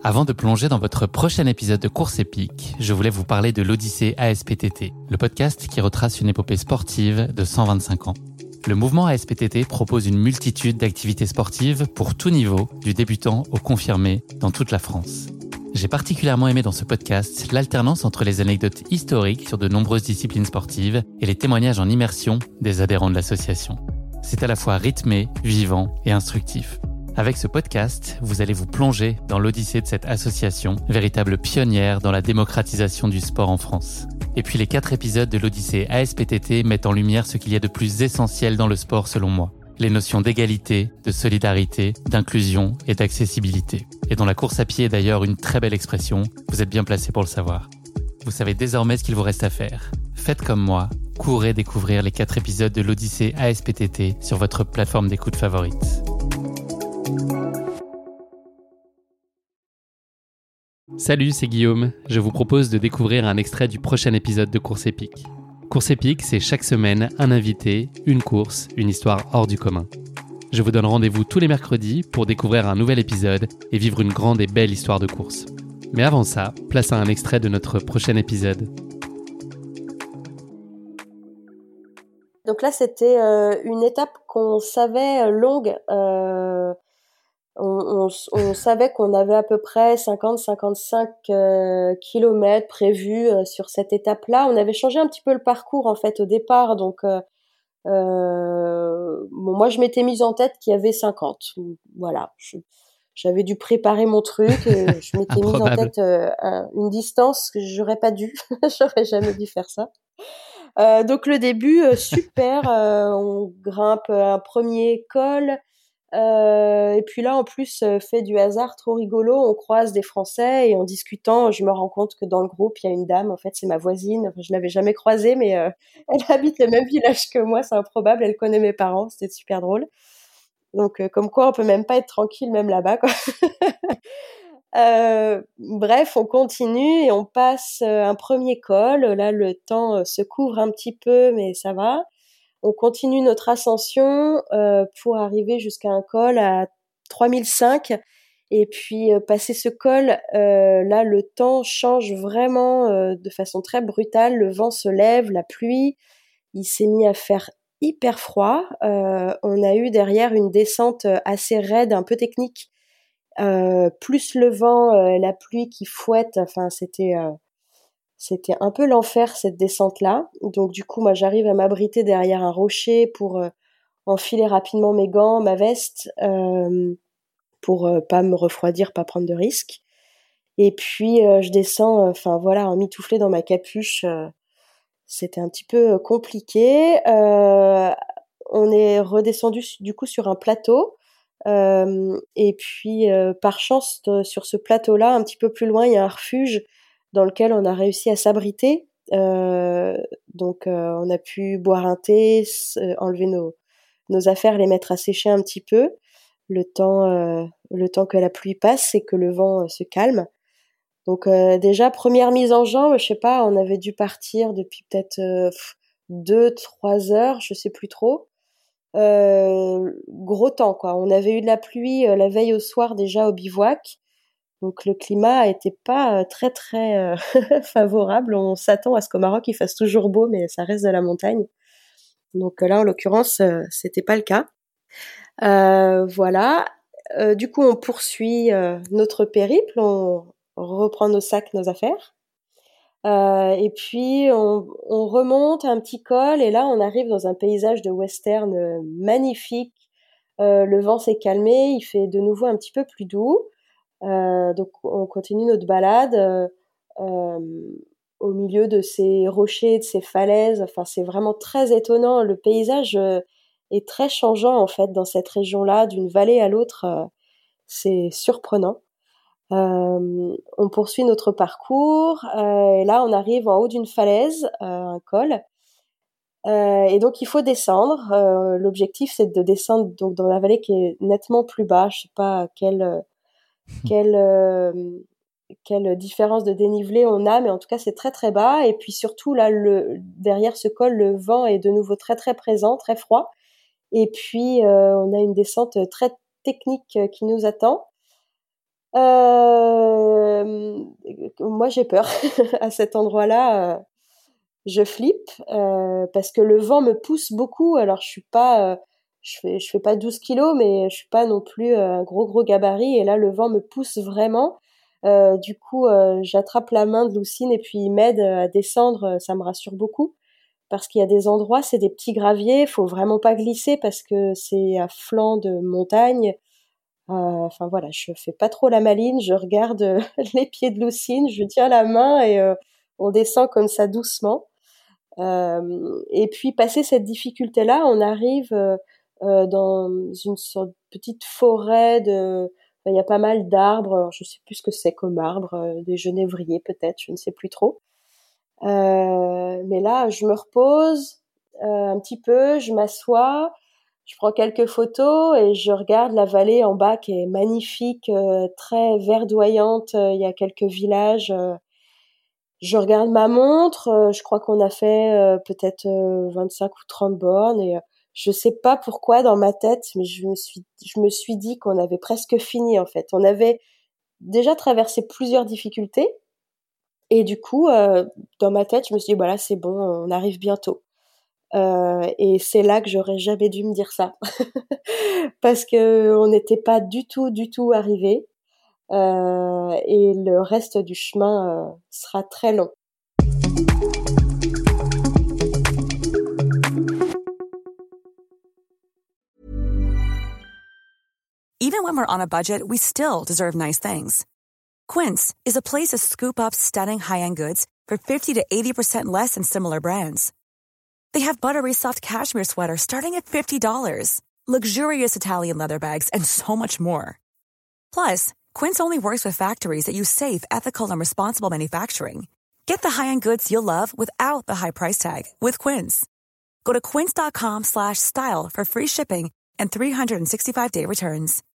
Avant de plonger dans votre prochain épisode de Course épique, je voulais vous parler de l'Odyssée ASPTT, le podcast qui retrace une épopée sportive de 125 ans. Le mouvement ASPTT propose une multitude d'activités sportives pour tout niveau, du débutant au confirmé, dans toute la France. J'ai particulièrement aimé dans ce podcast l'alternance entre les anecdotes historiques sur de nombreuses disciplines sportives et les témoignages en immersion des adhérents de l'association. C'est à la fois rythmé, vivant et instructif. Avec ce podcast, vous allez vous plonger dans l'odyssée de cette association, véritable pionnière dans la démocratisation du sport en France. Et puis les 4 épisodes de l'Odyssée ASPTT mettent en lumière ce qu'il y a de plus essentiel dans le sport selon moi. Les notions d'égalité, de solidarité, d'inclusion et d'accessibilité. Et dont la course à pied est d'ailleurs une très belle expression, vous êtes bien placé pour le savoir. Vous savez désormais ce qu'il vous reste à faire. Faites comme moi, courez découvrir les 4 épisodes de l'Odyssée ASPTT sur votre plateforme d'écoute favorite. Salut, c'est Guillaume. Je vous propose de découvrir un extrait du prochain épisode de Course épique. Course épique, c'est chaque semaine un invité, une course, une histoire hors du commun. Je vous donne rendez-vous tous les mercredis pour découvrir un nouvel épisode et vivre une grande et belle histoire de course. Mais avant ça, place à un extrait de notre prochain épisode. Donc là, c'était une étape qu'on savait longue. On savait qu'on avait à peu près 50-55 kilomètres prévus sur cette étape-là. On avait changé un petit peu le parcours en fait au départ. Donc, moi, je m'étais mise en tête qu'il y avait 50. Voilà, j'avais dû préparer mon truc. Et je m'étais mise en tête une distance que j'aurais pas dû. J'aurais jamais dû faire ça. Donc le début, super. On grimpe un premier col. Et puis là, en plus, fait du hasard trop rigolo, on croise des Français et en discutant, je me rends compte que dans le groupe, il y a une dame, en fait, c'est ma voisine. Enfin, je l'avais jamais croisée, mais elle habite le même village que moi, c'est improbable. Elle connaît mes parents, c'était super drôle. Donc, comme quoi, on peut même pas être tranquille, même là-bas, quoi. Bref, on continue et on passe un premier col. Là, le temps se couvre un petit peu, mais ça va. On continue notre ascension pour arriver jusqu'à un col à 3005. Et puis, passer ce col, là, le temps change vraiment de façon très brutale. Le vent se lève, la pluie. Il s'est mis à faire hyper froid. On a eu derrière une descente assez raide, un peu technique. Plus le vent, la pluie qui fouette. Enfin, c'était un peu l'enfer cette descente-là. Donc du coup, moi j'arrive à m'abriter derrière un rocher pour enfiler rapidement mes gants, ma veste, pour pas me refroidir, pas prendre de risques. Et puis je descends, enfin voilà, emmitouflée dans ma capuche. C'était un petit peu compliqué. On est redescendu du coup sur un plateau. Et puis par chance, sur ce plateau-là, un petit peu plus loin, il y a un refuge dans lequel on a réussi à s'abriter. Donc on a pu boire un thé, enlever nos affaires, les mettre à sécher un petit peu, le temps que la pluie passe et que le vent se calme. Donc déjà première mise en jambe, je sais pas, on avait dû partir depuis peut-être 2-3 heures, je sais plus trop. Gros temps quoi. On avait eu de la pluie la veille au soir déjà au bivouac. Donc le climat était pas très très favorable. On s'attend à ce qu'au Maroc il fasse toujours beau, mais ça reste de la montagne. Donc là en l'occurrence c'était pas le cas. Voilà. Du coup on poursuit notre périple, on reprend nos sacs, nos affaires. Et puis on remonte un petit col et là on arrive dans un paysage de western magnifique. Le vent s'est calmé, il fait de nouveau un petit peu plus doux. Donc on continue notre balade au milieu de ces rochers, de ces falaises. Enfin, c'est vraiment très étonnant. Le paysage est très changeant en fait dans cette région-là, d'une vallée à l'autre. C'est surprenant. On poursuit notre parcours et là on arrive en haut d'une falaise, un col. Et donc il faut descendre. L'objectif c'est de descendre donc dans la vallée qui est nettement plus bas. Je sais pas quelle différence de dénivelé on a, mais en tout cas c'est très très bas. Et puis surtout là, derrière ce col, le vent est de nouveau très très présent, très froid. Et puis on a une descente très technique qui nous attend. moi j'ai peur à cet endroit-là. Je flippe parce que le vent me pousse beaucoup. Alors je fais pas 12 kilos, mais je suis pas non plus un gros gabarit. Et là, le vent me pousse vraiment. Du coup, j'attrape la main de Lucine et puis il m'aide à descendre. Ça me rassure beaucoup parce qu'il y a des endroits, c'est des petits graviers. Faut vraiment pas glisser parce que c'est à flanc de montagne. Enfin voilà, je fais pas trop la maline. Je regarde les pieds de Lucine, je tiens la main et on descend comme ça doucement. Et puis passer cette difficulté-là, on arrive dans une sorte de petite forêt il y a pas mal d'arbres. Alors, je sais plus ce que c'est comme arbre, des genévriers peut-être, je ne sais plus trop. Mais là, je me repose un petit peu, je m'assois, je prends quelques photos et je regarde la vallée en bas qui est magnifique, très verdoyante. Il y a quelques villages. Je regarde ma montre, je crois qu'on a fait peut-être 25 ou 30 bornes et je sais pas pourquoi dans ma tête, mais je me suis dit qu'on avait presque fini en fait. On avait déjà traversé plusieurs difficultés et du coup dans ma tête, je me suis dit voilà, c'est bon, on arrive bientôt. Et c'est là que j'aurais jamais dû me dire ça parce que on n'était pas du tout arrivé. Et le reste du chemin sera très long. Even when we're on a budget, we still deserve nice things. Quince is a place to scoop up stunning high-end goods for 50 to 80% less than similar brands. They have buttery soft cashmere sweaters starting at $50, luxurious Italian leather bags, and so much more. Plus, Quince only works with factories that use safe, ethical, and responsible manufacturing. Get the high-end goods you'll love without the high price tag with Quince. Go to quince.com/style for free shipping and 365-day returns.